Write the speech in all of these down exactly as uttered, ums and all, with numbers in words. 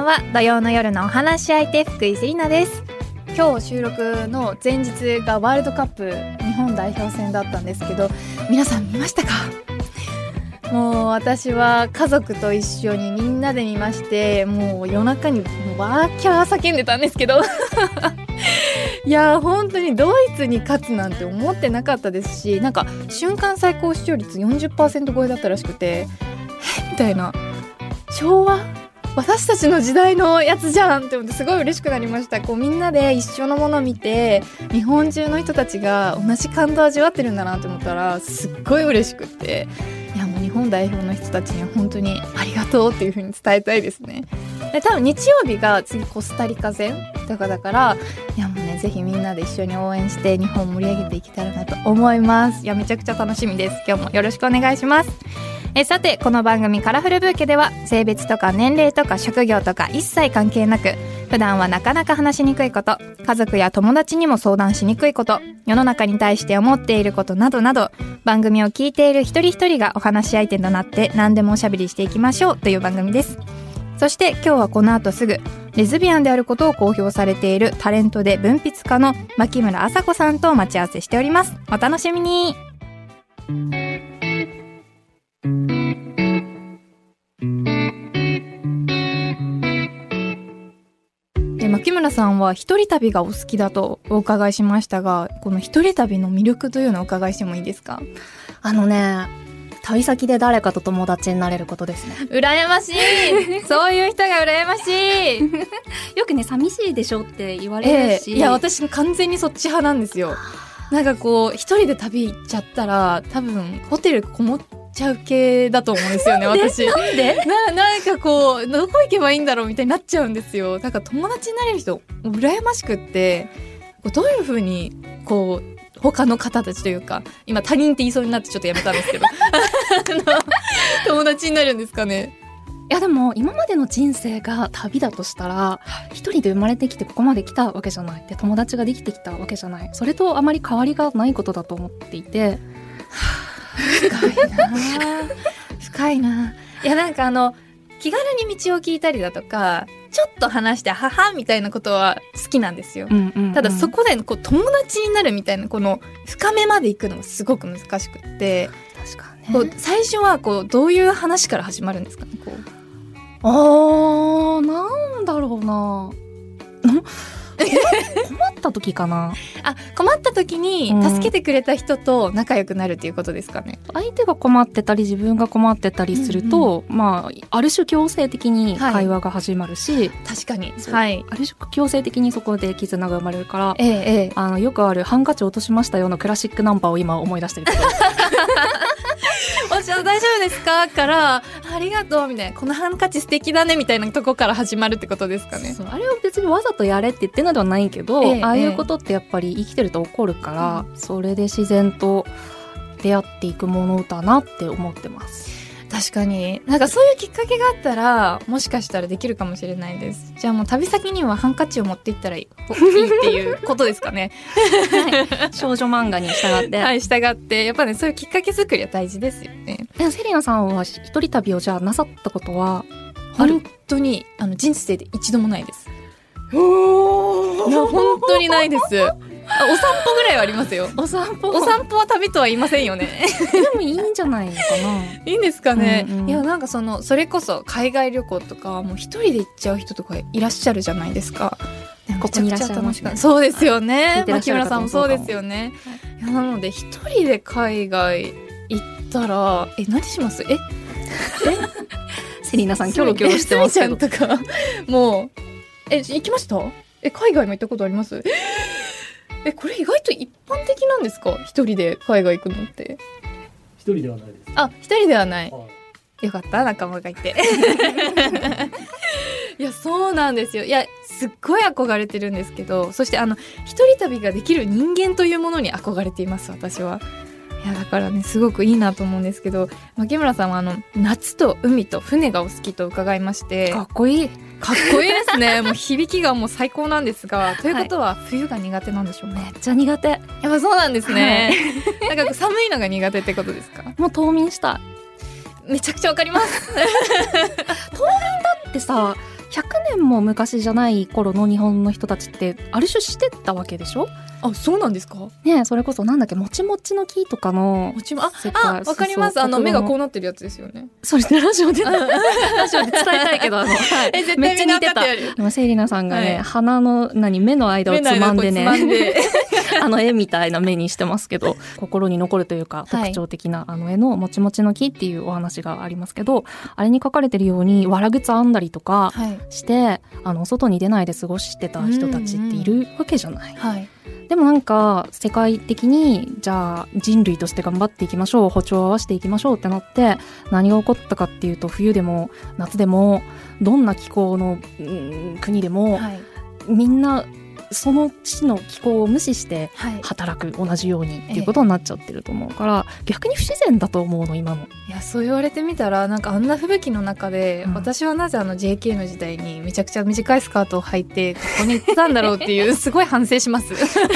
は。土曜の夜のお話し相手、福井セリナです。今日収録の前日がワールドカップ日本代表戦だったんですけど、皆さん見ましたか？もう私は家族と一緒にみんなで見まして、もう夜中にもうワーキャー叫んでたんですけどいやー本当にドイツに勝つなんて思ってなかったですし、なんか瞬間最高視聴率 よんじゅっパーセント 超えだったらしくて、えみたいな、昭和私たちの時代のやつじゃんって思ってすごい嬉しくなりました。こうみんなで一緒のものを見て日本中の人たちが同じ感動を味わってるんだなと思ったらすっごい嬉しくって、いやもう日本代表の人たちには本当にありがとうっていう風に伝えたいですね。で多分日曜日が次コスタリカ戦とかだから、いやもうねぜひみんなで一緒に応援して日本盛り上げていけたらなと思います。いやめちゃくちゃ楽しみです。今日もよろしくお願いします。えさてこの番組カラフルブーケでは性別とか年齢とか職業とか一切関係なく、普段はなかなか話しにくいこと、家族や友達にも相談しにくいこと、世の中に対して思っていることなどなど、番組を聞いている一人一人がお話し相手となって何でもおしゃべりしていきましょうという番組です。そして今日はこの後すぐレズビアンであることを公表されているタレントで文筆家の牧村麻子さんと待ち合わせしております。お楽しみに。牧村さんは一人旅がお好きだとお伺いしましたが、この一人旅の魅力というのをお伺いしてもいいですか？ あのね、旅先で誰かと友達になれることですね。 羨ましいそういう人が羨ましいよくね、寂しいでしょって言われるし、 えー、いや私完全にそっち派なんですよ。なんかこう一人で旅行っちゃったら多分ホテルこもっちゃう系だと思うんですよね私。 なんでな, なんかこうどこ行けばいいんだろうみたいになっちゃうんですよ。だから友達になれる人羨ましくって、どういう風にこう他の方たちというか、今他人って言いそうになってちょっとやめたんですけど友達になるんですかね。 いやでも今までの人生が旅だとしたら、一人で生まれてきてここまで来たわけじゃない。で友達ができてきたわけじゃない。それとあまり変わりがないことだと思っていて、 深いな深いな。いやなんかあの気軽に道を聞いたりだとか、ちょっと話して母みたいなことは好きなんですよ、うんうんうん、ただそこでこう友達になるみたいなこの深めまで行くのがすごく難しくって、 確かにね、 こう最初はこうどういう話から始まるんですかね。こうあーなんだろうな困った時かなあ、困った時に助けてくれた人と仲良くなるっていうことですかね、 うん、相手が困ってたり自分が困ってたりすると、うんうん、まあある種強制的に会話が始まるし、 はい、確かに、 はい、ある種強制的にそこで絆が生まれるから、 ええええ、 あのよくあるハンカチ落としましたよのクラシックナンバーを今思い出してるけどお茶大丈夫ですかからありがとうみたいな、このハンカチ素敵だねみたいなとこから始まるってことですかね。 そう、あれを別にわざとやれって言ってるのではないけど、ええ、ああいうことってやっぱり生きてると起こるから、うん、それで自然と出会っていくものだなって思ってます。 確かになんかそういうきっかけがあったらもしかしたらできるかもしれないです。じゃあもう旅先にはハンカチを持っていったらいいっていうことですかね、 はい、少女漫画に従ってはい従ってやっぱねそういうきっかけ作りは大事ですよね。 セリナさんは一人旅をじゃあなさったことは本当にあの人生で一度もないです。おー本当にないですあお散歩ぐらいはありますよ。 お散歩お散歩は旅とは言いませんよねでもいいんじゃないのかないいんですかね、うんうん、いやなんかそのそれこそ海外旅行とかもう一人で行っちゃう人とかいらっしゃるじゃないですか。 ここにいらっしゃいますね。 そうですよね。牧村さんもそうですよね、はい、いやなので一人で海外行ったらえ何します？ええセリナさんキョロキョロしてますけどとかもうえ行きました？え海外も行ったことあります？えこれ意外と一般的なんですか？一人で海外行くのって。 一人ではないです。 あ一人ではない、 はい、 よかった仲間がいていやそうなんですよ。いやすっごい憧れてるんですけど、そしてあの一人旅ができる人間というものに憧れています私は。いやだからねすごくいいなと思うんですけど、牧村さんはあの夏と海と船がお好きと伺いまして。 かっこいいかっこいいですねもう響きがもう最高なんですがということは冬が苦手なんでしょうね。 めっちゃ苦手。やっぱそうなんですね、はい、なんか寒いのが苦手ってことですか？ もう冬眠しためちゃくちゃわかります冬眠だってさひゃくね年も昔じゃない頃の日本の人たちってある種してたわけでしょ。 あ、そうなんですか。 ね、それこそなんだっけ、もちもちの木とかのもちもああわかります。あの目がこうなってるやつですよね。 それラジオでラジオで伝えたいけどあの、はい、 え絶対めっちゃ似てた。今セイリナさんがね、はい、鼻の何目の間をつまんでねあの絵みたいな目にしてますけど、心に残るというか特徴的なあの絵のもちもちの木っていうお話がありますけど、あれに書かれてるようにわらぐつ編んだりとかして、はい、あの外に出ないで過ごしてた人たちっているわけじゃない、うんうん、はい。でもなんか世界的にじゃあ人類として頑張っていきましょう、歩調を合わせていきましょうってなって何が起こったかっていうと、冬でも夏でもどんな気候の、うん、国でも、はい、みんなその地の気候を無視して働く、はい、同じようにっていうことになっちゃってると思うから、ええ、逆に不自然だと思うの今の。 いやそう言われてみたらなんかあんな吹雪の中で、うん、私はなぜあの ジェーケー の時代にめちゃくちゃ短いスカートを履いてここに行ったんだろうっていうすごい反省します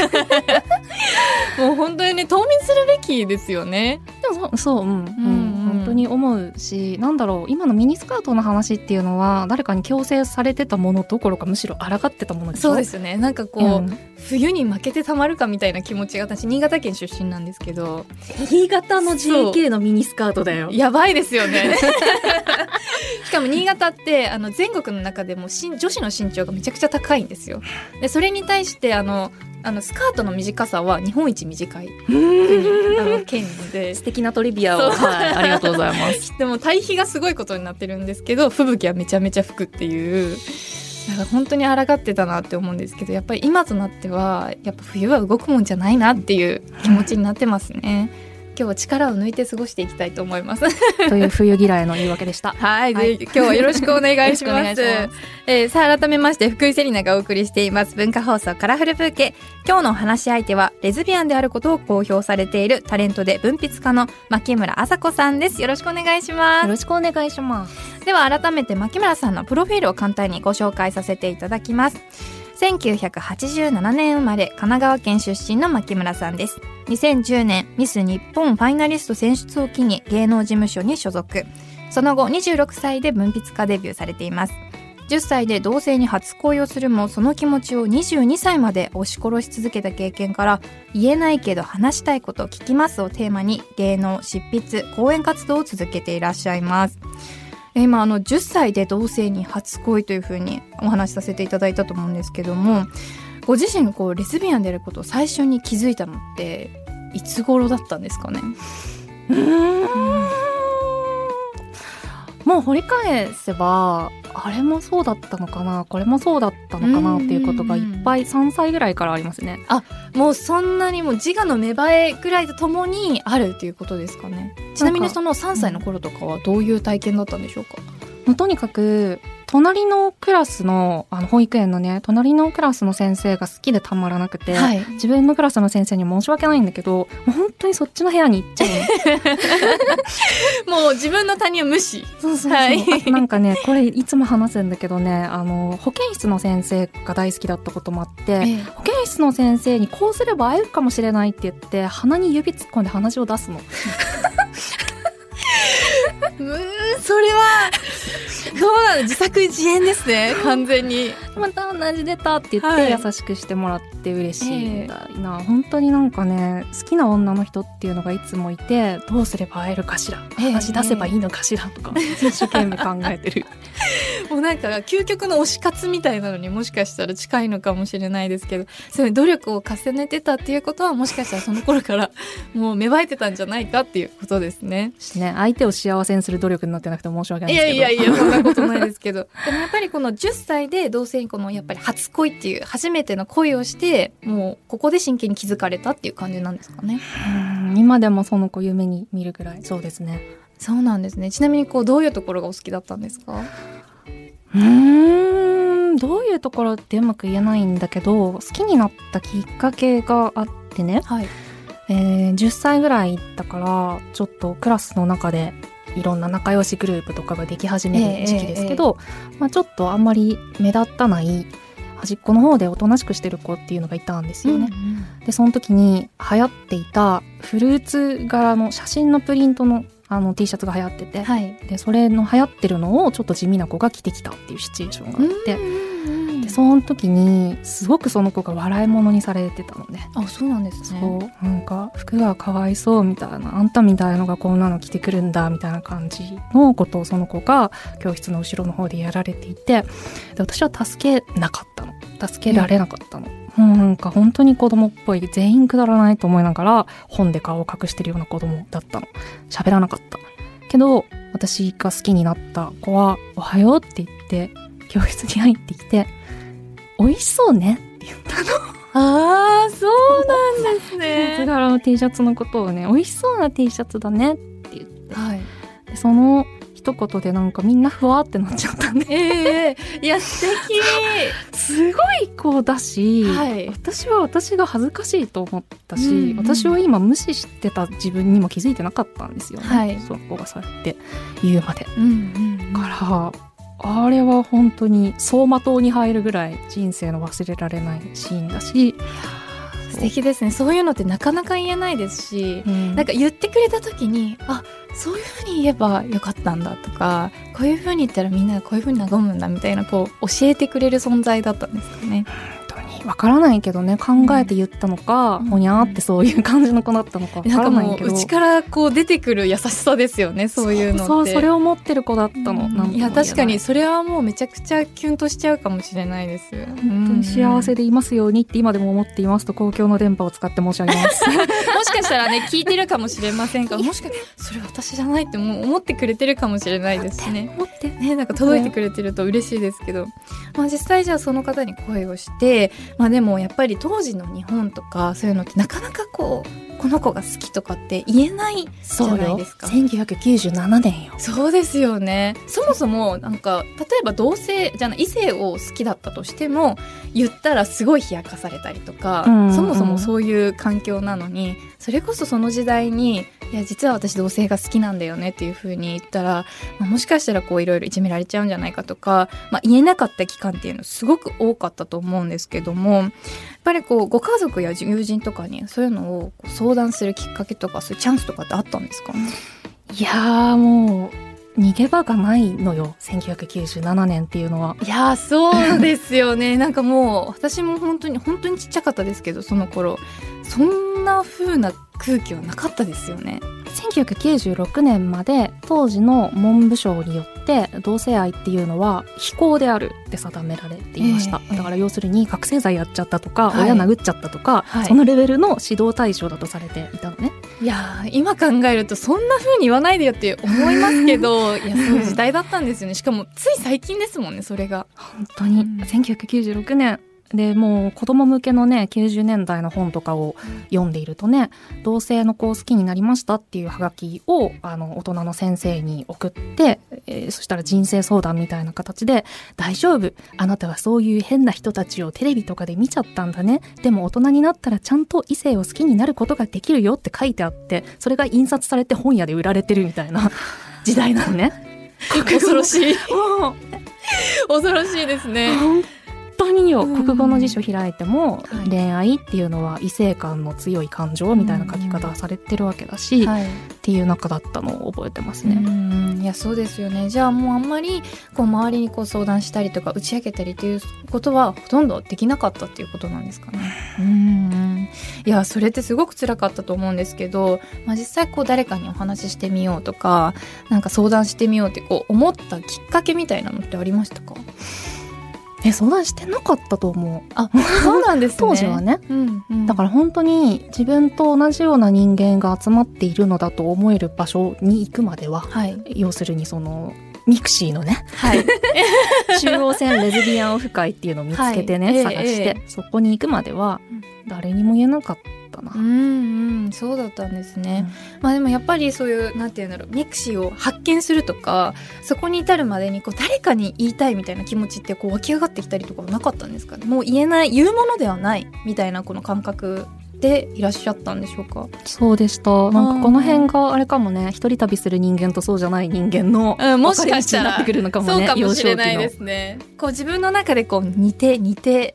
もう本当にね冬眠するべきですよね。 でも そ, そう、うんうん、本当に思うし、なんだろう、今のミニスカートの話っていうのは誰かに強制されてたものどころかむしろ抗ってたものでしょ。 そうですよね。なんかこう、うん、冬に負けてたまるかみたいな気持ちが、私新潟県出身なんですけど、 新潟の ジェーケー のミニスカートだよ。 やばいですよねしかも新潟ってあの全国の中でも女子の身長がめちゃくちゃ高いんですよ。でそれに対してあのあのスカートの短さは日本一短い国あの県で、 素敵なトリビアを、はい、ありがとうございますでも対比がすごいことになってるんですけど、吹雪はめちゃめちゃ吹くっていう、なんか本当に抗ってたなって思うんですけど、やっぱり今となってはやっぱ冬は動くもんじゃないなっていう気持ちになってますね。今日は力を抜いて過ごしていきたいと思いますという冬嫌いの言い訳でしたはい、はい、今日はよろしくお願いしますえー、さあ改めまして福井セリナがお送りしています文化放送カラフル風景。今日の話し相手はレズビアンであることを公表されているタレントで文筆家の牧村麻子さんです。よろしくお願いします。 よろしくお願いします。 では改めて牧村さんのプロフィールを簡単にご紹介させていただきます。せんきゅうひゃくはちじゅうななねん生まれ、神奈川県出身の牧村さんです。にせんじゅうねんミス日本ファイナリスト選出を機に芸能事務所に所属。その後にじゅうろくさいで文筆家デビューされています。じゅっさいで同性に初恋をするも、その気持ちをにじゅうにさいまで押し殺し続けた経験から、言えないけど話したいことを聞きますをテーマに芸能、執筆、講演活動を続けていらっしゃいます。今あのじゅっさいで同性に初恋というふうにお話しさせていただいたと思うんですけども、ご自身がこうレズビアンであることを最初に気づいたのっていつ頃だったんですかね。 うーんもう掘り返せばあれもそうだったのかな、これもそうだったのかなっていうことがいっぱいさんさいぐらいからありますね。 あ、もうそんなにもう自我の芽生えぐらいとともにあるっていうことですかね。ちなみにそのさんさいの頃とかはどういう体験だったんでしょうか。 もうとにかく隣のクラスの、あの保育園のね、隣のクラスの先生が好きでたまらなくて、はい、自分のクラスの先生に申し訳ないんだけど、もう本当にそっちの部屋に行っちゃうもう自分の他人を無視。 そうそうそう、はい、あとなんかね、これいつも話すんだけどね、あの保健室の先生が大好きだったこともあって、ええ、保健室の先生にこうすれば会えるかもしれないって言って鼻に指突っ込んで鼻血を出すのうーん、それはどうなの、自作自演ですね完全に。 また同じ出たって言って優しくしてもらって嬉しいみたいな、はい、本当になんかね、好きな女の人っていうのがいつもいて、どうすれば会えるかしら、話し出せばいいのかしらとか、えー、一生懸命考えてるもうなんか究極の推し活みたいなのにもしかしたら近いのかもしれないですけど、そういう努力を重ねてたっていうことは、もしかしたらその頃からもう芽生えてたんじゃないかっていうことですね。 ね、相手を幸せにする努力になってなくて申し訳ないですけど。 いやいやいや、そんなことないですけどでもやっぱりこのじゅっさいで同性にこのやっぱり初恋っていう初めての恋をして、もうここで真剣に気づかれたっていう感じなんですかね。 うん、今でもその子夢に見るぐらい。そうですね。 そうなんですね。ちなみにこうどういうところがお好きだったんですか。 うーん、どういうところってうまく言えないんだけど、好きになったきっかけがあってね、はい、えー、じゅっさいぐらいだからちょっとクラスの中でいろんな仲良しグループとかができ始める時期ですけど、えーえーまあ、ちょっとあんまり目立たない端っこの方でおとなしくしてる子っていうのがいたんですよね、うんうん、でその時に流行っていたフルーツ柄の写真のプリントのあの T シャツが流行ってて、 はい、 でそれの流行ってるのをちょっと地味な子が着てきたっていうシチュエーションがあって、でその時にすごくその子が笑い物にされてたのね。 あ、そうなんですね。 そうなんか服がかわいそうみたいな、あんたみたいのがこんなの着てくるんだみたいな感じのことをその子が教室の後ろの方でやられていて、で私は助けなかったの、助けられなかったの、うん、もうなんか本当に子供っぽい、全員くだらないと思いながら本で顔を隠してるような子供だったの。喋らなかったけど、私が好きになった子はおはようって言って教室に入ってきて、美味しそうねって言ったの。 ああ、そうなんですね。 夏柄の T シャツのことをね、美味しそうな T シャツだねって言って、 はい、 でその一言でなんかみんなふわってなっちゃったね。 ええー、いや素敵すごい子だし、 はい、 私は私が恥ずかしいと思ったし、 うんうん、 私は今無視してた自分にも気づいてなかったんですよね、 はい、 その子がそうやって言うまで、 うんうんうん、 からあれは本当に走馬灯に入るぐらい人生の忘れられないシーンだし、 素敵ですね。そういうのってなかなか言えないですし、うん、なんか言ってくれた時に、あ、そういう風に言えばよかったんだとか、こういう風に言ったらみんながこういう風に和むんだみたいな、こう教えてくれる存在だったんですかね。 わからないけどね、考えて言ったのか、ほ、うん、にゃーってそういう感じの子だったのかわからないけど、 なんかもう内からこう出てくる優しさですよね、そういうのって。 そうそう、それを持ってる子だったの、うん、なんとも言えない。 いや確かにそれはもうめちゃくちゃキュンとしちゃうかもしれないです。 本当に幸せでいますようにって今でも思っていますと、公共の電波を使って申し上げますもしかしたらね、聞いてるかもしれませんが、もしかしたらそれ私じゃないってもう思ってくれてるかもしれないですね。 思ってね、なんか届いてくれてると嬉しいですけど、まあ、実際じゃあその方に恋をして、まあ、でもやっぱり当時の日本とかそういうのってなかなかこうこの子が好きとかって言えないじゃないですか。 せんきゅうひゃくきゅうじゅうななねんよ。 そうですよね。そもそもなんか例えば同性じゃない異性を好きだったとしても言ったらすごい冷やかされたりとか、うんうん、そもそもそういう環境なのに、それこそその時代にいや実は私同性が好きなんだよねっていう風に言ったら、まあ、もしかしたらこういろいろいじめられちゃうんじゃないかとか、まあ、言えなかった期間っていうのすごく多かったと思うんですけども、やっぱりこうご家族や友人とかにそういうのを相談するきっかけとかそういうチャンスとかってあったんですかね。 いやーもう逃げ場がないのよ、せんきゅうひゃくきゅうじゅうななねんっていうのは。 いやそうですよねなんかもう私も本当に本当にちっちゃかったですけど、その頃そんな風な空気はなかったですよね。 せんきゅうひゃくきゅうじゅうろくねんまで当時の文部省によって同性愛っていうのは非行であるって定められていました、えー、だから要するに覚醒剤やっちゃったとか、はい、親殴っちゃったとか、はい、そのレベルの指導対象だとされていたのね。 いや今考えるとそんな風に言わないでよって思いますけどいやそういう時代だったんですよね。しかもつい最近ですもんね、それが。 本当に、うん、せんきゅうひゃくきゅうじゅうろくねんでもう子供向けのねきゅうじゅうねんだいの本とかを読んでいるとね、同性の子を好きになりましたっていうハガキをあの大人の先生に送って、えー、そしたら人生相談みたいな形で、大丈夫、あなたはそういう変な人たちをテレビとかで見ちゃったんだね、でも大人になったらちゃんと異性を好きになることができるよって書いてあって、それが印刷されて本屋で売られてるみたいな時代なのね恐ろしい恐ろしいですね。 本当によ、国語の辞書開いても、うん、恋愛っていうのは異性間の強い感情みたいな書き方がされてるわけだし、うんはい、っていう中だったのを覚えてますね。 うんいやそうですよね。じゃあもうあんまりこう周りにこう相談したりとか打ち明けたりということはほとんどできなかったっていうことなんですかね。うんいやそれってすごく辛かったと思うんですけど、まあ、実際こう誰かにお話ししてみようとかなんか相談してみようってこう思ったきっかけみたいなのってありましたか？ え相談してなかったと思う。 あ、そうなんですね当時はね、うんうん、だから本当に自分と同じような人間が集まっているのだと思える場所に行くまでは、はい、要するにそのミクシーのね、はい、中央線レズビアンオフ会っていうのを見つけてね、はい、探して、えー、そこに行くまでは誰にも言えなかったな。 うんうんそうだったんですね、うん、まあでもやっぱりそういうなんていうんだろうミクシーを発見するとかそこに至るまでにこう誰かに言いたいみたいな気持ちってこう湧き上がってきたりとかはなかったんですかね。もう言えない言うものではないみたいなこの感覚でいらっしゃったんでしょうか？ そうでした。なんかこの辺があれかもね、一人旅する人間とそうじゃない人間のもしかしたら分かれ道になってくるのかもね。 そうかもしれないですね。こう自分の中でこう似て似て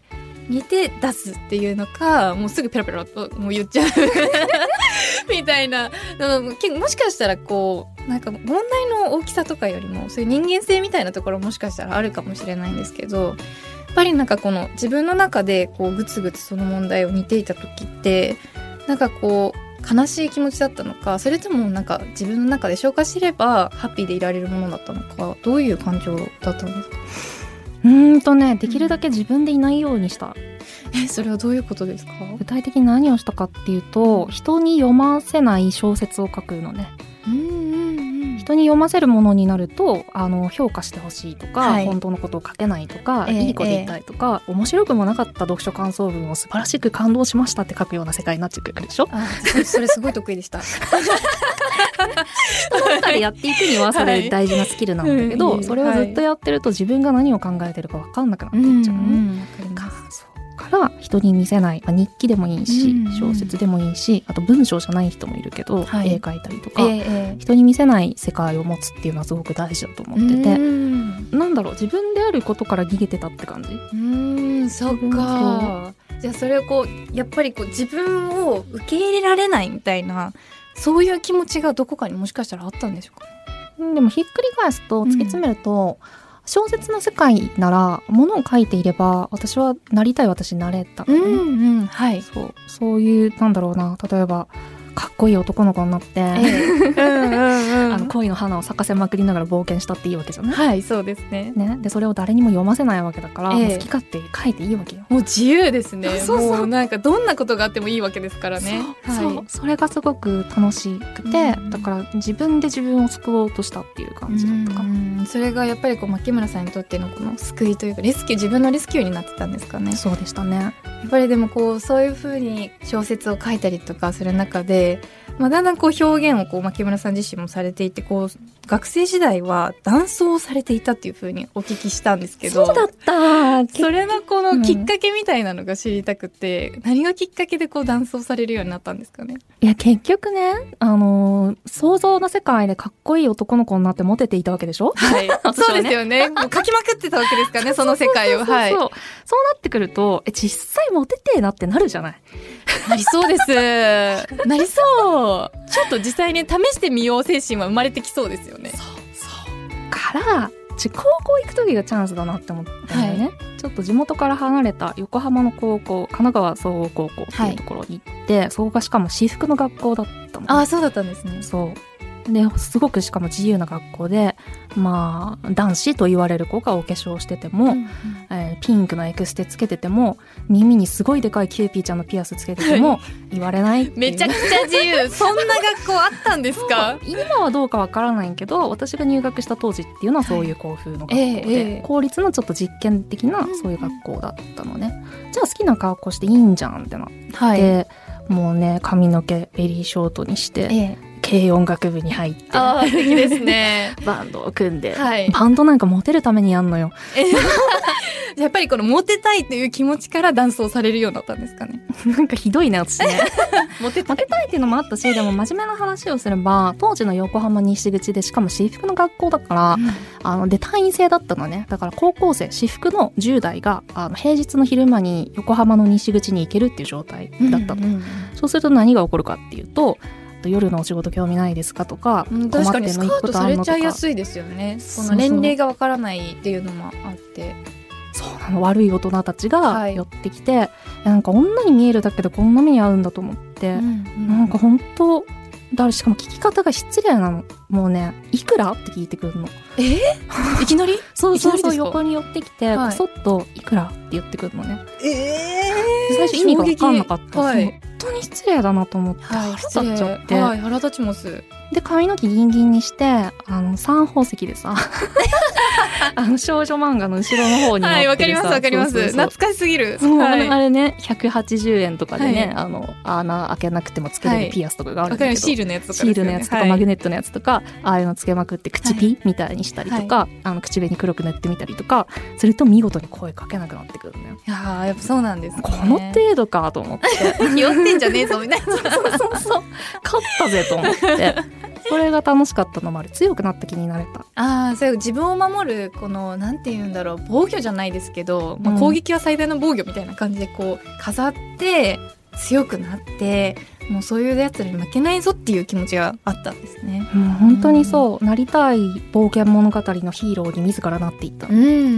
似て出すっていうのか、もうすぐペラペラともう言っちゃうみたいな。もしかしたらこうなんか問題の大きさとかよりもそういう人間性みたいなところもしかしたらあるかもしれないんですけど、やっぱりなんかこの自分の中でこうグツグツその問題を似ていた時ってなんかこう悲しい気持ちだったのか、それともなんか自分の中で消化すればハッピーでいられるものだったのか、どういう感情だったんですか？ うーんとねできるだけ自分でいないようにした。 え、それはどういうことですか？ 具体的に何をしたかっていうと、人に読ませない小説を書くのね。 うんうんうん、 人に読ませるものになるとあの評価してほしいとか、はい、本当のことを書けないとか、えー、いいこと言いたいとか、えー、面白くもなかった読書感想文を素晴らしく感動しましたって書くような世界になってくるでしょ。 あ、それすごい得意でした人の中でやっていくにはそれ大事なスキルなんだけど、はい、それをずっとやってると自分が何を考えてるか分かんなくなっていっちゃうのね、うんうん、から人に見せない、まあ、日記でもいいし、うんうん、小説でもいいし、あと文章じゃない人もいるけど、はい、絵描いたりとか、えー、人に見せない世界を持つっていうのはすごく大事だと思ってて、うんなんだろう自分であることから逃げてたって感じ。 うーん、そっか。じゃあそれをこうやっぱりこう自分を受け入れられないみたいな、そういう気持ちがどこかにもしかしたらあったんでしょうか。 でもひっくり返すと突き詰めると、うん、小説の世界ならものを書いていれば私はなりたい私になれたのね、うんうんはい、そう、そういうなんだろうな、例えばかっこいい男の子になって、ええうんうんうん、あの恋の花を咲かせまくりながら冒険したっていいわけじゃない。 はい、そうです ね, ねでそれを誰にも読ませないわけだから、ええ、もう好き勝手書いていいわけよ。 もう自由ですね。 そうそう、 もうなんかどんなことがあってもいいわけですからね。 そう、はい、そうそれがすごく楽しくて、うん、だから自分で自分を救おうとしたっていう感じだったかな、うんうん、 それがやっぱりこう牧村さんにとってのこの救いというかレスキュー、自分のレスキューになってたんですかね。 そうでしたね。 やっぱりでもこうそういう風に小説を書いたりとかする中で、まあ、だんだんこう表現をこう牧村さん自身もされていて、こう学生時代はダンスをされていたっていう風にお聞きしたんですけど。 そうだった。 それのこのきっかけみたいなのが知りたくて、うん、何がきっかけでこうダンスをされるようになったんですかね。 いや結局ね、あのー、想像の世界でかっこいい男の子になってモテていたわけでしょ。 はい、ね、そうですよね。もう書きまくってたわけですからねその世界を。はい、 そうなってくるとえ実際モテてえなってなるじゃない。 なりそうですなりそう。ちょっと実際に試してみよう精神は生まれてきそうですよね。 そうそうから高校行く時がチャンスだなって思ったんだよね、はい、ちょっと地元から離れた横浜の高校、神奈川総合高校っていうところに行って、はい、そこがしかも私服の学校だったの、ね、 ああそうだったんですね。 そうですごくしかも自由な学校で、まあ男子と言われる子がお化粧してても、うんうんえー、ピンクのエクステつけてても耳にすごいでかいキューピーちゃんのピアスつけてても言われないっていうめちゃくちゃ自由そんな学校あったんですか。 今はどうかわからないけど私が入学した当時っていうのはそういう校風の学校で、はいえーえー、公立のちょっと実験的なそういう学校だったのね、うん、じゃあ好きな格好していいんじゃんってなって、はい、もうね髪の毛ベリーショートにして、えー軽音楽部に入ってあ素敵ですねバンドを組んで、はい、バンドなんかモテるためにやんのよやっぱりこのモテたいという気持ちからダンスをされるようになったんですかね。 なんかひどいね私ねモテたいモテたいっていうのもあったし、でも真面目な話をすれば当時の横浜西口でしかも私服の学校だから、うん、あので単位制だったのね。だから高校生私服のじゅう代があの平日の昼間に横浜の西口に行けるっていう状態だったの、うんうんうん、そうすると何が起こるかっていうと夜のお仕事興味ないですかとか、 うん、確かにスカウトされちゃいやすいですよね。この年齢がわからないっていうのもあって、 そうなの悪い大人たちが寄ってきて、はい、なんか女に見えるだけでこんな目に遭うんだと思って、うんうん、なんか本当だしかも聞き方が失礼なの。もうねいくらって聞いてくるの。 えー、いきなりそうそうそう横に寄ってきて、はい、こそっといくらって言ってくるのね。 えー、 最初意味が分かんなかった、 はい、 本当に失礼だなと思って、 はい、 腹立っちゃって、 はい、腹立ちます。 で髪の毛ギンギンにしてあの三宝石でさあの少女漫画の後ろの方に載ってるさ、はい、わかりますわかります。そうそうそう懐かしすぎる。 そう、はい、あれねひゃくはちじゅうえんとかでね、はい、あの穴開けなくてもつけれるピアスとかがあるんだけど、はい、 シールのやつとかですよね、シールのやつとか、はい、マグネットのやつとかああいうのつけまくって口ピみたいにしたりとか、はい、あの口紅黒く塗ってみたりとかすると見事に声かけなくなってくるんだよ。 いややっぱそうなんですね。 この程度かと思って寄ってんじゃねえぞみたいなそうそうそう勝ったぜと思ってこれが楽しかったのもある。強くなった気になれた。 ああ、そういう自分を守るこのなんていうんだろう、防御じゃないですけど、まあ、攻撃は最大の防御みたいな感じでこう飾って強くなって、もうそういうやつらに負けないぞっていう気持ちがあったんですね。 うん、本当にそう、なりたい冒険物語のヒーローに自らなっていった。 うんうんうん。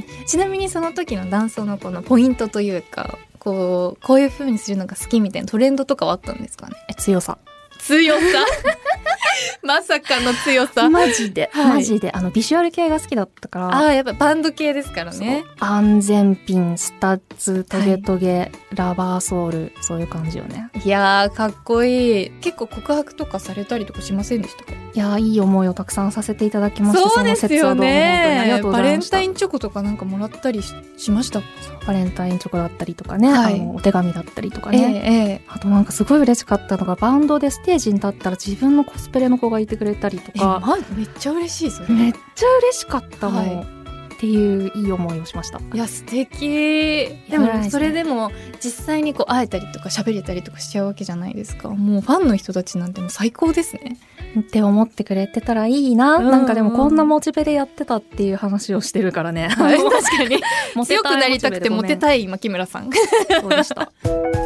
ちなみにその時のダンスのこのポイントというか、こうこういう風にするのが好きみたいなトレンドとかはあったんですかね。 え、強さ。 強さまさかの強さ。 マジで、はい、マジであのビジュアル系が好きだったから。 ああ、やっぱバンド系ですからね。 安全ピン、スタッツ、トゲトゲ、はい、ラバーソール、そういう感じよね。 いやーかっこいい。結構告白とかされたりとかしませんでしたか？ いやーいい思いをたくさんさせていただきました。 そうですよね。バレンタインンチョコとかなんかもらったり し, しました。 バレンタインチョコだったりとかね、はい、あのお手紙だったりとかね、 えーえー、 あとなんかすごい嬉しかったのが、バンドでステージに立ったら自分のコスプレの子がいてくれたりとか、 ま、めっちゃ嬉しい。それめっちゃ嬉しかったの、はい、っていういい思いをしました。 いや素敵。でもそれでも実際にこう会えたりとか喋れたりとかしちゃうわけじゃないですか。もうファンの人たちなんてもう最高ですねって思ってくれてたらいいな、うんうん、なんかでもこんなモチベでやってたっていう話をしてるからね、 はい、確かに強くなりたくてモテたい牧村さんそうでした。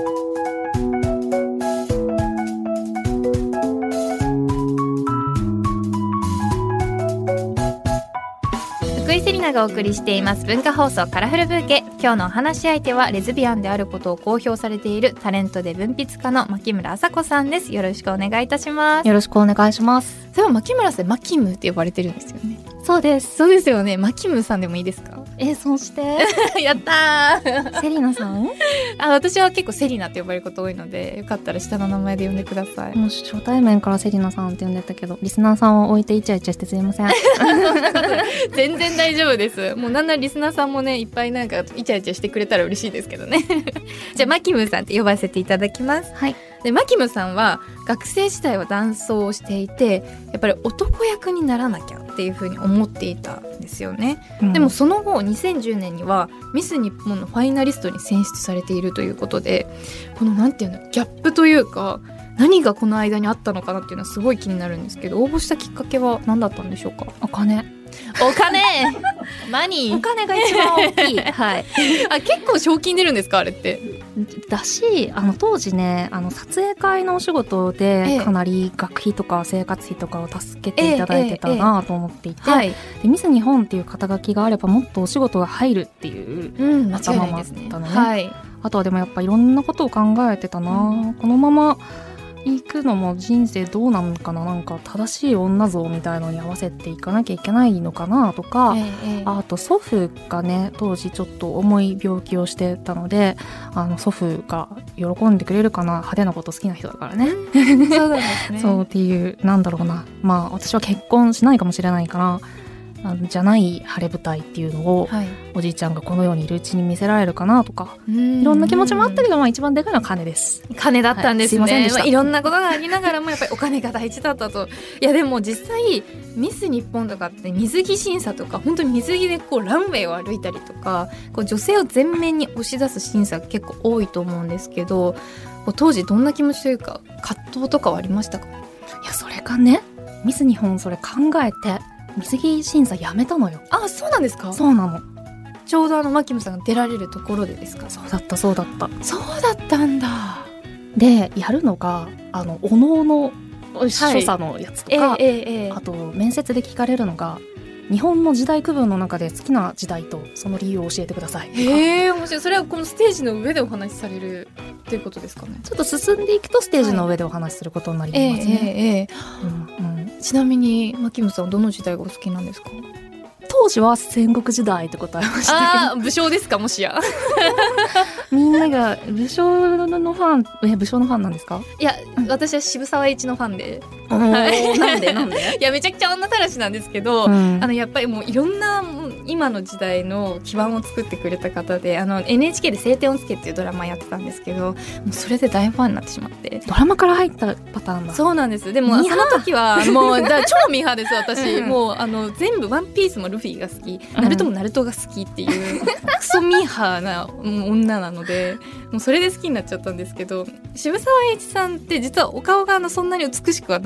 福井セリナがお送りしています文化放送カラフルブーケ。今日のお話し相手はレズビアンであることを公表されているタレントで文筆家の牧村あさこさんです。よろしくお願いいたします。 よろしくお願いします。 そういえば牧村さんマキムって呼ばれてるんですよね。 そうです。 そうですよね。マキムさんでもいいですか？ え、そうしてやったーセリナさんあ、私は結構セリナって呼ばれること多いので、よかったら下の名前で呼んでください。 もう初対面からセリナさんって呼んでたけど、リスナーさんを置いてイチャイチャしてすいません全然大丈夫です。もうなんならリスナーさんもねいっぱいなんかイチャイチャしてくれたら嬉しいですけどねじゃあマキムさんって呼ばせていただきます。 はい。 でマキムさんは学生時代はダンスをしていて、やっぱり男役にならなきゃっていう風に思っていたんですよね、うん、でもその後にせんじゅうねんにはミス日本のファイナリストに選出されているということで、このなんていうのギャップというか何がこの間にあったのかなっていうのはすごい気になるんですけど、応募したきっかけは何だったんでしょうか？ お金お金マニー、 お金が一番大きいはいあ、結構賞金出るんですかあれって？ だし、あの当時ね、あの撮影会のお仕事でかなり学費とか生活費とかを助けていただいてたなと思っていて、えええええ、でミス日本っていう肩書きがあればもっとお仕事が入るっていう頭もあったのね、うん、はい、あとはでもやっぱいろんなことを考えてたな、うん、このまま行くのも人生どうなのかな、なんか正しい女像みたいのに合わせていかなきゃいけないのかなとか、ええ、あと祖父がね当時ちょっと重い病気をしてたので、あの祖父が喜んでくれるかな、派手なこと好きな人だからねそうなんですねそうっていう、なんだろうな、まあ私は結婚しないかもしれないからじゃない晴れ舞台っていうのを、はい、おじいちゃんがこの世にいるうちに見せられるかなとか、いろんな気持ちもあったけど、まあ、一番でかいのは金です。 金だったんですね、はい、すいませんでした。まあ、いろんなことがありながらもやっぱりお金が大事だったと。いやでも実際ミス日本とかって水着審査とか本当に水着でこうランウェイを歩いたりとか、こう女性を前面に押し出す審査が結構多いと思うんですけど、当時どんな気持ちというか葛藤とかはありましたか？ いやそれがね、ミス日本それ考えて水着審査やめたのよ。 あ、そうなんですか？ そうなの。 ちょうどあのマキムさんが出られるところでですか？ そうだったそうだった。 そうだったんだ。 でやるのがあのおのおの所作のやつとか、はい、えーえー、あと面接で聞かれるのが日本の時代区分の中で好きな時代とその理由を教えてください。 へえ、面白い。それはこのステージの上でお話しされるっていうことですかね？ ちょっと進んでいくとステージの上でお話しすることになりますね、はい、えーえーうんうん、ちなみにマキムさんはどの時代がお好きなんですか？ 当時は戦国時代って答えましたけど。 あー、武将ですか？もしやみんなが武将のファン、え武将のファンなんですか？ いや、うん、私は渋沢栄一のファンではい、なんでなんでいやめちゃくちゃ女たらしなんですけど、うん、あのやっぱりもういろんな今の時代の基盤を作ってくれた方で、あの エヌエイチケー で青天を衝けっていうドラマやってたんですけど、もうそれで大ファンになってしまって。 ドラマから入ったパターンだ。 そうなんです。でもその時はもうだ超ミーハーです私、うん、もうあの全部ワンピースもルフィが好き、ナルトもナルトが好きっていうクソミーハーな女なので、もうそれで好きになっちゃったんですけど、渋沢栄一さんって実はお顔があのそんなに美しくはないんですね。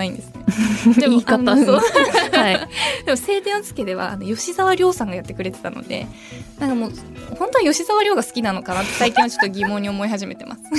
でも言い方あのそうはい、 でも晴天をつけではあの吉沢亮さんがやってくれてたので、なんかもう本当は吉沢亮が好きなのかなって最近はちょっと疑問に思い始めてます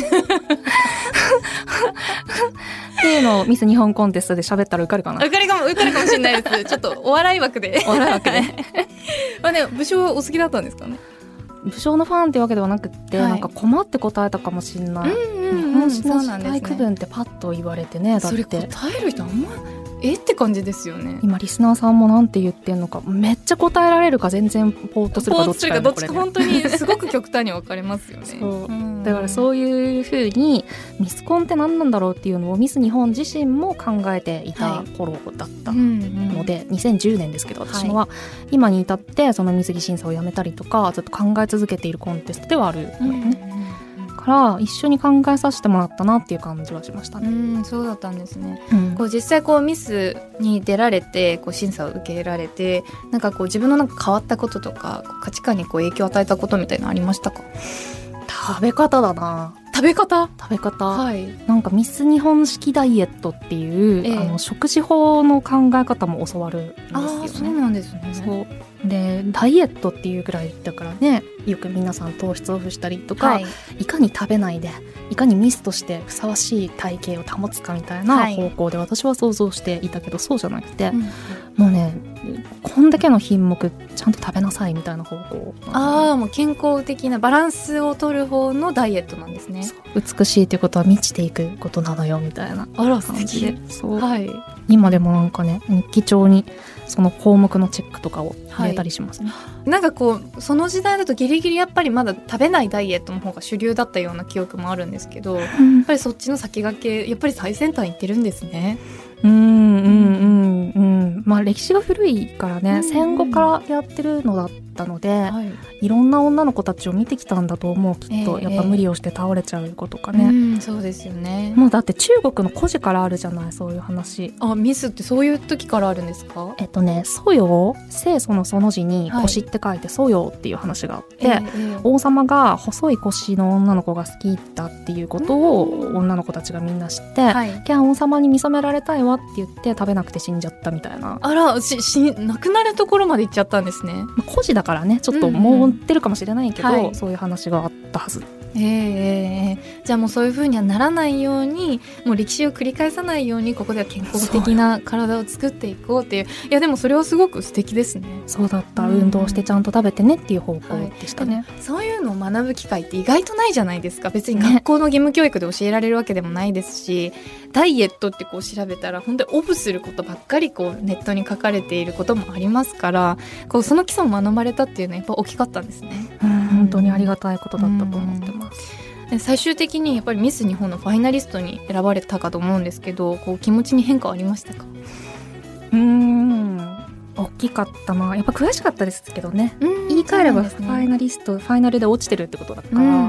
っていうのをミス日本コンテストで喋ったら受かるかな。 受かるかも受かるかもしれないですちょっとお笑い枠でお笑い枠でまあね、武将はお好きだったんですかね。 武将のファンってわけではなくって、はい、なんか困って答えたかもしれない、うんうんうん、日本史の時代区分ってパッと言われてね、だってそれ答える人あんまえって感じですよね。 今リスナーさんもなんて言ってんのか、めっちゃ答えられるか全然ポーっとするかどっちか、ね、 どっちか本当にすごく極端に分かれますよねそう、うん、だからそういうふうにミスコンって何なんだろうっていうのをミス日本自身も考えていた頃だったので、はい、にせんじゅうねんですけど私のは、はい、今に至ってその水着審査をやめたりとかずっと考え続けているコンテストではあるのよね、うんから一緒に考えさせてもらったなっていう感じはしましたね。 うんそうだったんですね、うん、こう実際こうミスに出られてこう審査を受けられてなんかこう自分のなんか変わったこととか価値観にこう影響を与えたことみたいなのありましたか？ 食べ方だな。 食べ方食べ方、 はい、 なんかミス日本式ダイエットっていう、ええ、あの食事法の考え方も教わるんですよね。 あそうなんですね。 そうでダイエットっていうぐらいだからね、よく皆さん糖質オフしたりとか、はい、いかに食べないでいかにミスとしてふさわしい体型を保つかみたいな方向で私は想像していたけど、はい、そうじゃなくて、うん、もうねこんだけの品目ちゃんと食べなさいみたいな方向。 ああもう健康的なバランスを取る方のダイエットなんですね。 美しいということは満ちていくことなのよみたいな感じで、そう、 はい、 今でもなんかね日記帳にその項目のチェックとかを入れたりしますね、はい、なんかこうその時代だとギリギリやっぱりまだ食べないダイエットの方が主流だったような記憶もあるんですけど、うん、やっぱりそっちの先駆けやっぱり最先端行ってるんですね。 うんうんうんうんまあ歴史が古いからね、うんうん、戦後からやってるのだったので、はい、いろんな女の子たちを見てきたんだと思うきっと、えー、やっぱ無理をして倒れちゃう子とかね、 うん、そうですよね。 もうだって中国の古事からあるじゃないそういう話。 あミスってそういう時からあるんですか？ えっとね蘇葉清楚のその字に腰って書いて蘇葉っていう話があって、はいえー、王様が細い腰の女の子が好きだっていうことを女の子たちがみんな知って、はい、王様に見初められたいわって言って食べなくて死んじゃったみたいな。 あらしし亡くなるところまで行っちゃったんですね。 古事だからねちょっともうってるかもしれないけど、うんうんはい、そういう話があったはず。 えーえー、じゃあもうそういう風にはならないようにもう歴史を繰り返さないようにここでは健康的な体を作っていこうっていう。いやでもそれはすごく素敵ですね。 そうだった、うん、運動してちゃんと食べてねっていう方向でしたね、 はい、そういうのを学ぶ機会って意外とないじゃないですか。別に学校の義務教育で教えられるわけでもないですし、ね、ダイエットってこう調べたら本当にオフすることばっかりこうネットに書かれていることもありますから、こうその基礎を学ばれたっていうのはやっぱ大きかったんですね。 うん本当にありがたいことだったと思ってます。 最終的にやっぱりミス日本のファイナリストに選ばれたかと思うんですけど、こう気持ちに変化はありましたか？ うーん大きかったな。やっぱ悔しかったですけどね。言い換えればファイナリスト、ね、ファイナルで落ちてるってことだから、うんうん、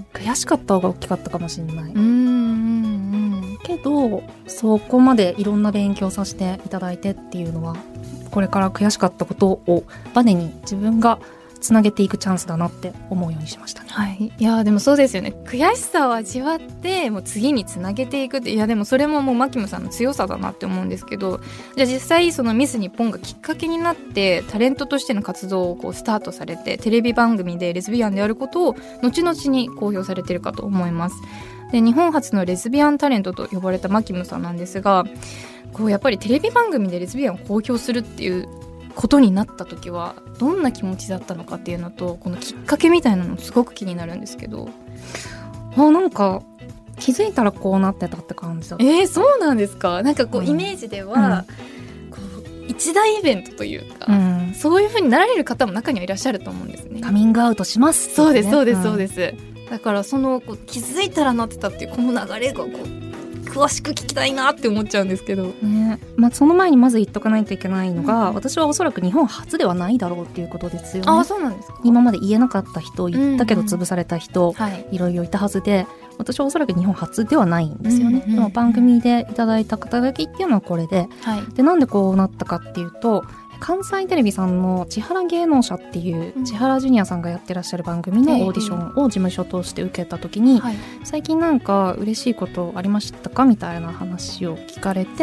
悔しかった方が大きかったかもしれない。うんうんうんけどそこまでいろんな勉強させていただいてっていうのはこれから悔しかったことをバネに自分がつなげていくチャンスだなって思うようにしましたね。 はい、いやでもそうですよね。悔しさを味わってもう次につなげていくって、いやでもそれももうマキムさんの強さだなって思うんですけど、じゃあ実際そのミス日本がきっかけになってタレントとしての活動をこうスタートされてテレビ番組でレズビアンであることを後々に公表されているかと思います。で日本初のレズビアンタレントと呼ばれたマキムさんなんですが、こうやっぱりテレビ番組でレズビアンを公表するっていうことになった時はどんな気持ちだったのかっていうのと、このきっかけみたいなのすごく気になるんですけど。 あなんか気づいたらこうなってたって感じだった。 えー、そうなんですか。なんかこう、うん、イメージでは、うん、こう一大イベントというか、うん、そういう風になられる方も中にはいらっしゃると思うんですね。 カミングアウトします、ね、 そうですそうですそうです、うん、だからそのこう気づいたらなってたっていうこの流れがこう詳しく聞きたいなって思っちゃうんですけど、 ねまあ、その前にまず言っとかないといけないのが、うん、私はおそらく日本初ではないだろうっていうことですよね。 あ、そうなんですか。 今まで言えなかった人、言ったけど潰された人、うんうんはい、いろいろいたはずで、私はおそらく日本初ではないんですよね、うんうんうん、でも番組でいただいた肩書きっていうのはこれで、はい、でなんでこうなったかっていうと、関西テレビさんの千原芸能者っていう、うん、千原ジュニアさんがやってらっしゃる番組のオーディションを事務所として受けた時に、はい、最近なんか嬉しいことありましたかみたいな話を聞かれて、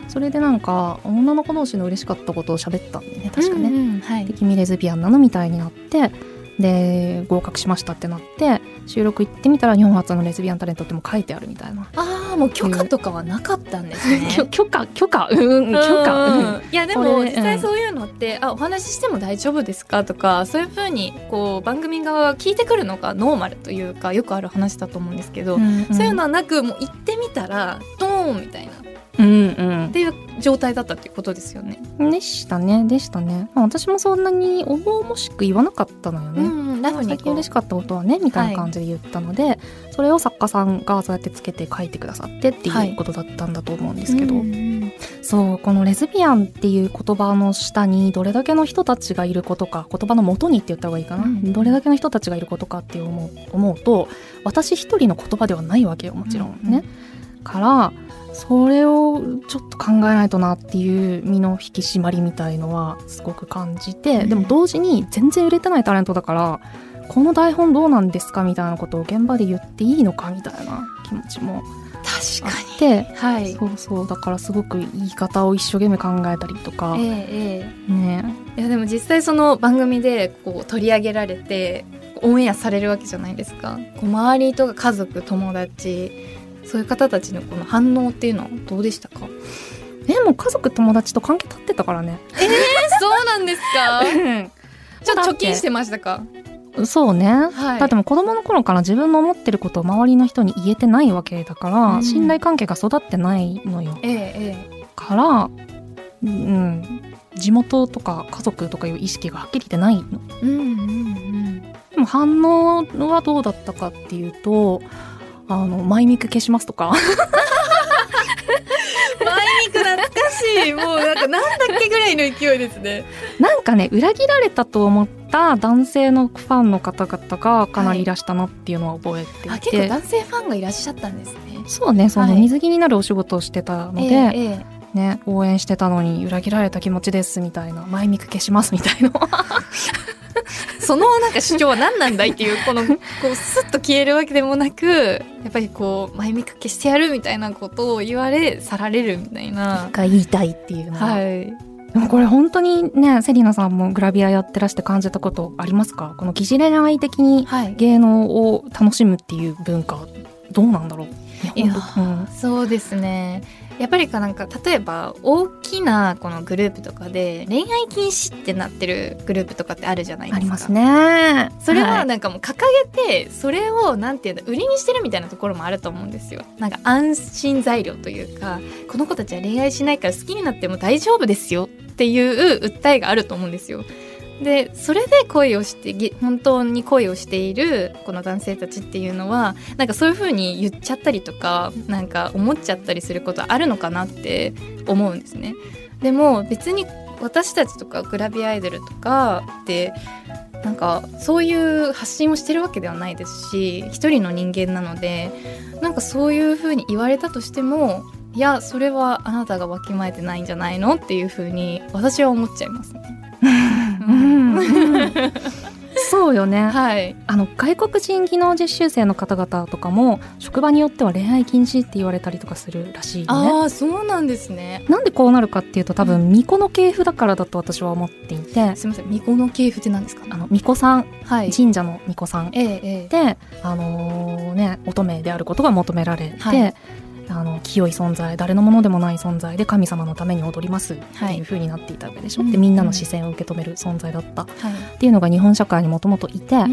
それでなんか女の子同士の嬉しかったことを喋ったんでね、確かね、 うんうんはい、 で君レズビアンなのみたいになって、で合格しましたってなって収録行ってみたら日本初のレズビアンタレントっても書いてあるみたいな。 ああもう許可とかはなかったんですね許可許可うん許可、 うん、いやでも実際そういうのって、うん、あお話ししても大丈夫ですかとかそういう風にこう番組側が聞いてくるのがノーマルというかよくある話だと思うんですけど、うんうん、そういうのはなくもう行ってみたらドーンみたいなうんうん、 っていう状態だったっていうことですよね。 でしたねでしたね。私もそんなに重々しく言わなかったのよね、うんうん、ラフに最近嬉しかったことはねみたいな感じで言ったので、はい、それを作家さんがそうやってつけて書いてくださってっていうことだったんだと思うんですけど、はいうんうん、そうこのレズビアンっていう言葉の下にどれだけの人たちがいることか、言葉の元にって言った方がいいかな、うん、どれだけの人たちがいることかって思う、思うと私一人の言葉ではないわけよもちろんね、うんうん、からそれをちょっと考えないとなっていう身の引き締まりみたいのはすごく感じて、うん、でも同時に全然売れてないタレントだからこの台本どうなんですかみたいなことを現場で言っていいのかみたいな気持ちもあって、はい、そうそうだからすごく言い方を一生懸命考えたりとか、ええね、 いやでも実際その番組でこう取り上げられてオンエアされるわけじゃないですか。こう周りとか家族友達そういう方たちのこの反応っていうのはどうでしたか？ えもう家族友達と関係立ってたからね。 えー、そうなんですか？ちょっと貯金してましたか？ そうね、はい、だってもう子供の頃から自分の思ってることを周りの人に言えてないわけだから、うん、信頼関係が育ってないのよ、えええ、から、うん、地元とか家族とかいう意識がはっきり出ないの、うんうんうん、でも反応はどうだったかっていうとあのマイミク消しますとかマイミク懐かしいもうなんかなんだっけぐらいの勢いですね。 なんかね裏切られたと思った男性のファンの方々がかなりいらしたなっていうのは覚えていて、はい、 あ結構男性ファンがいらっしゃったんですね。 そうねその水着になるお仕事をしてたので、はいえーえーね、応援してたのに裏切られた気持ちですみたいなマイミク消しますみたいなそのなんか主張は何なんだいっていうこのこうスッと消えるわけでもなくやっぱりこう前見かけしてやるみたいなことを言われ去られるみたいなが言いたいっていうのは、はい、でもこれ本当にねセリナさんもグラビアやってらして感じたことありますか？この疑似恋愛的に芸能を楽しむっていう文化どうなんだろう？ いや、うん、そうですねやっぱりかなんか例えば大きなこのグループとかで恋愛禁止ってなってるグループとかってあるじゃないですか。 ありますね。 それはなんかもう掲げてそれをなんていうの売りにしてるみたいなところもあると思うんですよ。なんか安心材料というかこの子たちは恋愛しないから好きになっても大丈夫ですよっていう訴えがあると思うんですよ。でそれで恋をして本当に恋をしているこの男性たちっていうのはなんかそういう風に言っちゃったりとかなんか思っちゃったりすることあるのかなって思うんですね。でも別に私たちとかグラビアアイドルとかってなんかそういう発信をしてるわけではないですし一人の人間なのでなんかそういう風に言われたとしてもいやそれはあなたがわきまえてないんじゃないのっていう風に私は思っちゃいますね。 うんうん、そうよね、 はい、 あの外国人技能実習生の方々とかも職場によっては恋愛禁止って言われたりとかするらしいよね。 あそうなんですね。 なんでこうなるかっていうと多分巫女の系譜だからだと私は思っていて。 すみません巫女の系譜って何ですか？ あの巫女さん、はい、神社の巫女さん、 ええええ、 で、あのーね、乙女であることが求められて、はいあの清い存在誰のものでもない存在で神様のために踊りますっていう風になっていたわけでしょ、はい、でみんなの視線を受け止める存在だった、うん、っていうのが日本社会にもともといて、うん、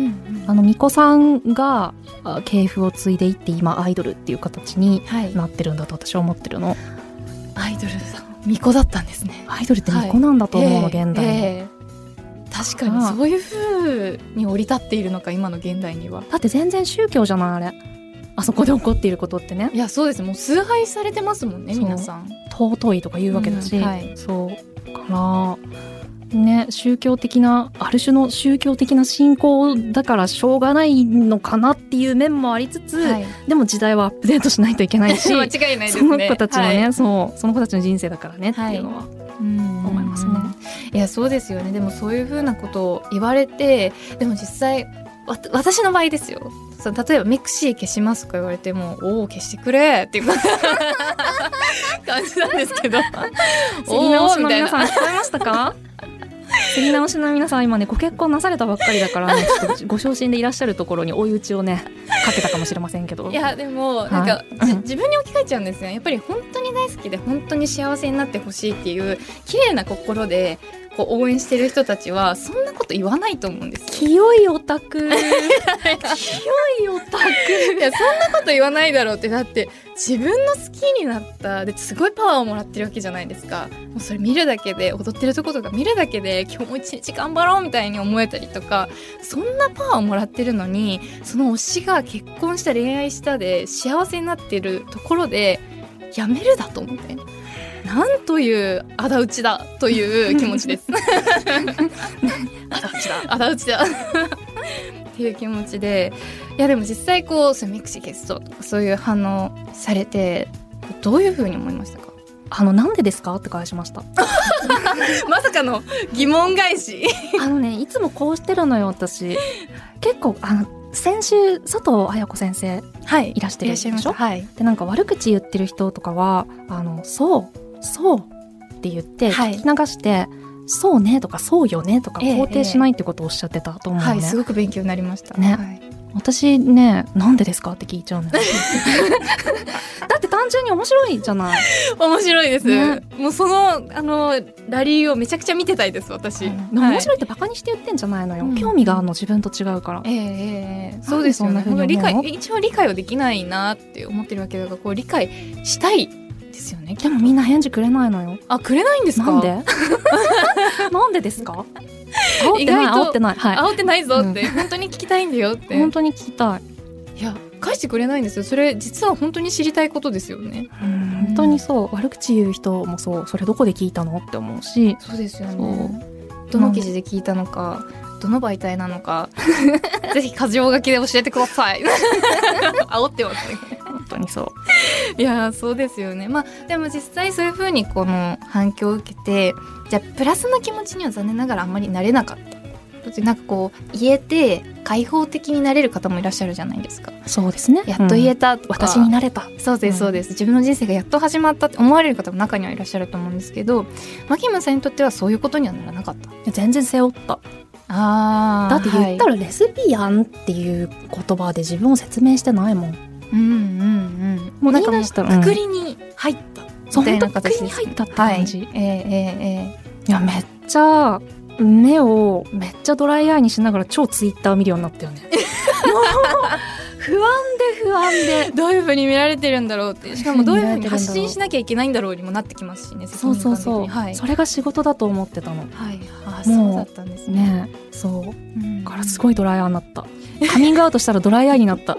あの巫女さんが系譜を継いでいって今アイドルっていう形になってるんだと私は思ってるの、 はい、アイドルさん巫女だったんですね。 アイドルって巫女なんだと思うの、はい、現代に、えー、確かにそういう風に降り立っているのか今の現代には。 だって全然宗教じゃないあれあそこで起こっていることってね。 いやそうですもう崇拝されてますもんね皆さん。 尊いとか言うわけだし、 うんはい、 そうからね宗教的なある種の宗教的な信仰だからしょうがないのかなっていう面もありつつ、はい、でも時代はアップデートしないといけないし間違いないですね。 その子たちのね、はい、そうその子たちの人生だからねっていうのは、はい、思いますね。 いやそうですよね。でもそういうふうなことを言われてでも実際わ私の場合ですよその例えばミクシー消しますとか言われてもおお消してくれっていう感じなんですけど競り直しの皆さん聞こえましたか？競り直しの皆さん今ねご結婚なされたばっかりだから、ね、ちょっとご昇進でいらっしゃるところに追い打ちをねかけたかもしれませんけど、 いやでもなんか、はい、自分に置き換えちゃうんですよ。やっぱり本当に大好きで本当に幸せになってほしいっていう綺麗な心でこう応援してる人たちはそんなこと言わないと思うんですよ。 清いオタク清いオタクいやそんなこと言わないだろうって。だって自分の好きになったですごいパワーをもらってるわけじゃないですか。もうそれ見るだけで踊ってるとことか見るだけで今日も一日頑張ろうみたいに思えたりとか、そんなパワーをもらってるのにその推しが結婚した恋愛したで幸せになってるところでやめるだと思って、なんという仇討ちだという気持ちです仇討ちだ仇討ちだっていう気持ちで、いやでも実際こうそミクシーゲストとかそういう反応されてどういう風に思いましたか？ あのなんでですかって返しましたまさかの疑問返しあのねいつもこうしてるのよ私。結構あの先週佐藤綾子先生、はい、いらしてるでしょ、はい、でなんか悪口言ってる人とかはあのそうそうって言って聞き流して、はい、そうねとかそうよねとか肯定しないってことをおっしゃってたと思うね、ええええ、 はい、すごく勉強になりましたね、 はい、 私ねなんでですかって聞いちゃうのよだって単純に面白いじゃない。 面白いです、ね、もうそのあのラリーをめちゃくちゃ見てたいです私、うんはい、面白いってバカにして言ってんじゃないのよ、うん、興味があるの自分と違うから、 えーえー、そうですよね。理解一応理解はできないなって思ってるわけだからこう理解したいですよね。 でもみんな返事くれないのよ。 あ、くれないんですか？ なんでなんでですか？煽ってない煽ってない、はい、 煽ってないぞって、うん、本当に聞きたいんだよって本当に聞きたい。 いや返してくれないんですよ。それ実は本当に知りたいことですよね。 うん、本当にそう。悪口言う人もそう。それどこで聞いたのって思うし。 そうですよね。どの記事で聞いたのか、どの媒体なのかぜひ箇条書きで教えてください煽ってますね本当にそう。 いやそうですよね。まあでも実際そういう風にこの反響を受けて、じゃあプラスの気持ちには残念ながらあんまりなれなかった。なんかこう言えて開放的になれる方もいらっしゃるじゃないですか。 そうですね。 やっと言えたとか、 うん、私になれた。 そうですそうです、うん、自分の人生がやっと始まったって思われる方も中にはいらっしゃると思うんですけど、マキムさんにとってはそういうことにはならなかった？ 全然背負った。 あだって言ったらレズビアンっていう言葉で自分を説明してないもん。 うんうんうん。もうなんかもうくくりに入ったみたいな形です、ね、 くくりに入ったって感じ、 はい、えー、えー、えー、いやめっちゃ目をめっちゃドライアイにしながら超ツイッター見るようになったよね不安で不安でどういう風に見られてるんだろうって、しかもどういう風に発信しなきゃいけないんだろうにもなってきますしね。 そうそうそう、はい、それが仕事だと思ってたの。 はい、あ、そうだったんですね。 ね、そう、うん、からすごいドライアイになった。カミングアウトしたらドライアイになった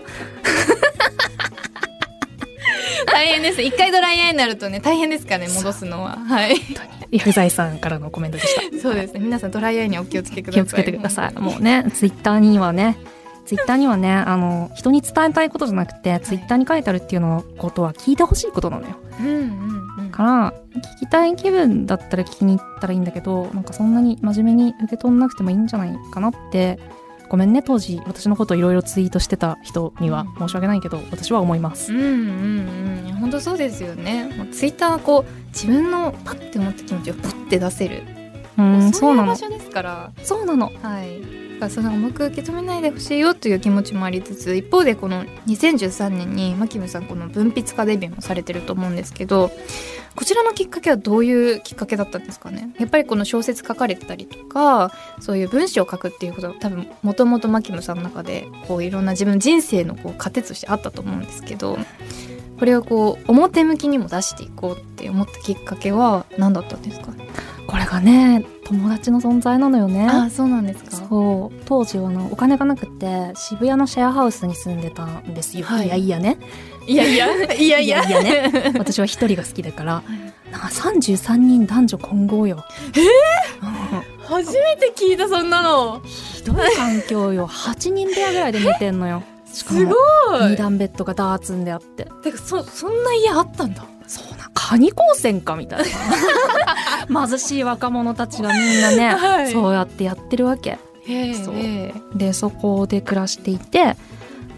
大変です。一回ドライアイになるとね大変ですからね、戻すのは。はい、 本当に伊風財さんからのコメントでしたそうですね、皆さんドライアイにお気をつけください。 気をつけてください。もうねツイッターにはねツイッターにはねあの人に伝えたいことじゃなくて、はい、ツイッターに書いてあるっていうのことは聞いてほしいことなのよ、うんうんうん、から聞きたい気分だったら聞きに行ったらいいんだけど、なんかそんなに真面目に受け取んなくてもいいんじゃないかなって、ごめんね当時私のことをいろいろツイートしてた人には申し訳ないけど、うん、私は思います。 うんうんうん、本当そうですよね。もうツイッターはこう自分のパッて思った気持ちをパッて出せる、うん、そういう場所ですから。 そうなの。 はい。その重く受け止めないでほしいよという気持ちもありつつ、一方でこのにせんじゅうさんねんにマキムさんこの文筆家デビューもされてると思うんですけど、こちらのきっかけはどういうきっかけだったんですかね。やっぱりこの小説書かれてたりとか、そういう文章を書くっていうことは多分もともとマキムさんの中でこういろんな自分の人生のこう糧としてあったと思うんですけど、これをこう表向きにも出していこうって思ったきっかけは何だったんですかね。 これがね友達の存在なのよね。 あ、そうなんですか。 そう、当時はのお金がなくて渋谷のシェアハウスに住んでたんですよ、はい、いやいやねいやいやいやいやいやね私は一人が好きだから、はい、なんかさんじゅうさんにん男女混合よ。 えー、うん、初めて聞いた。そんなのひどい環境よはちにん部屋ぐらいで寝てんのよ。しかもすごいに段ベッドがダーツんであって、 てか そ, そんな家あったんだ。 そうな、カニ高専かみたいな貧しい若者たちがみんなね、はい、そうやってやってるわけ。 へそうでそこで暮らしていて、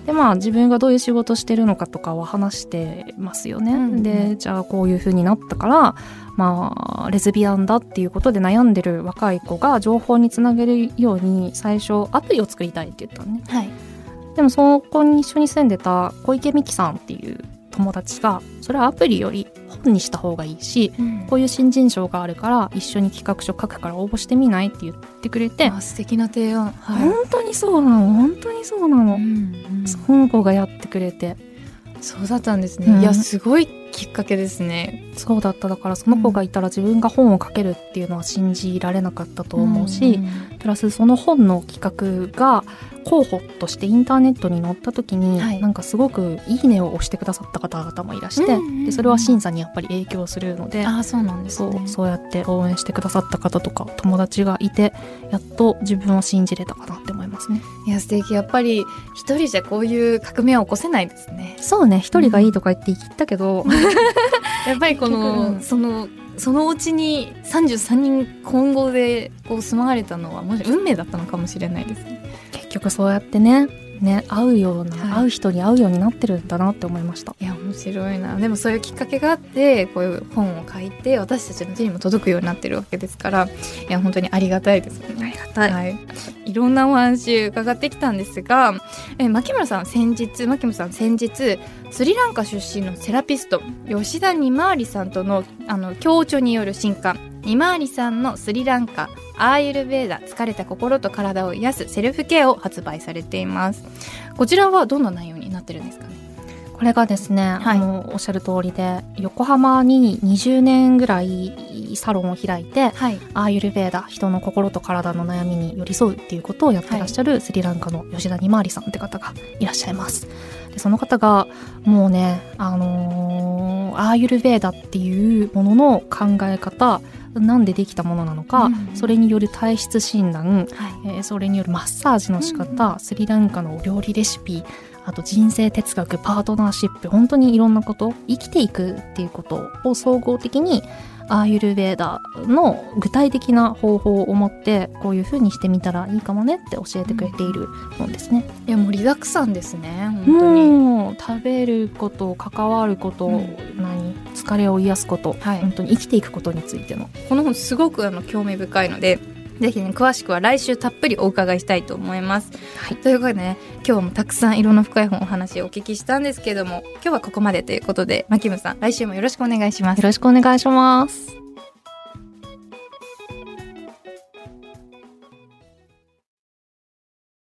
でまあ自分がどういう仕事してるのかとかは話してますよね、うん、でじゃあこういう風になったからまあレズビアンだっていうことで悩んでる若い子が情報につなげるように最初アプリを作りたいって言ったのね、はい、でもそこに一緒に住んでた小池美希さんっていう友達がそれはアプリより本にした方がいいし、うん、こういう新人賞があるから一緒に企画書書くから応募してみないって言ってくれて、 あ素敵な提案、はい、 本当にそうなの本当にそうなの、うんうん、その子がやってくれて。 そうだったんですね、うん、いやすごいきっかけですね。 そうだった。だからその子がいたら自分が本を書けるっていうのは信じられなかったと思うし、うん、プラスその本の企画が候補としてインターネットに載った時に、はい、なんかすごくいいねを押してくださった方々もいらして、うんうんうん、でそれは審査にやっぱり影響するので、 あそうなんですね、 そう、そうやって応援してくださった方とか友達がいてやっと自分を信じれたかなって思いますね。 いや素敵。やっぱり一人じゃこういう革命は起こせないですね。 そうね、一人がいいとか言って言ったけど、うん、 やっぱりこのそのそのうちにさんじゅうさんにん混合でこう住まわれたのはもし運命だったのかもしれないですね。 結局そうやってねね会うような、はい、会う人に会うようになってるんだなって思いました。 いや面白いな。でもそういうきっかけがあってこういう本を書いて私たちの手にも届くようになってるわけですから、いや本当にありがたいですね。 ありがたい、 はい、いろんなお話伺ってきたんですが、え牧村さん先日牧村さん先日スリランカ出身のセラピスト吉田にまわりさんとのあの共著による新刊にまわりさんのスリランカアーユルヴェーダ疲れた心と体を癒すセルフケアを発売されています。こちらはどんな内容になってるんですかね。 これがですね、はい、あのおっしゃる通りで横浜ににじゅうねんぐらいサロンを開いて、はい、アーユルヴェーダ人の心と体の悩みに寄り添うっていうことをやってらっしゃるスリランカの吉田にまわりさんって方がいらっしゃいます。でその方がもうね、あのー、アーユルヴェーダっていうものの考え方なんでできたものなのか、うん、それによる体質診断、はいえー、それによるマッサージの仕方、うん、スリランカのお料理レシピ、あと人生哲学、パートナーシップ、本当にいろんなこと生きていくっていうことを総合的にアーユルヴェーダの具体的な方法を持ってこういう風にしてみたらいいかもねって教えてくれているもんですね。 いやもう盛りだくさんですね。本当にもう食べること、関わること、うん、何疲れを癒すこと、はい、本当に生きていくことについてのこの本すごくあの興味深いのでぜひね詳しくは来週たっぷりお伺いしたいと思います、はい、ということでね今日もたくさん色の深い本お話をお聞きしたんですけども今日はここまでということで牧村さん来週もよろしくお願いします。 よろしくお願いします。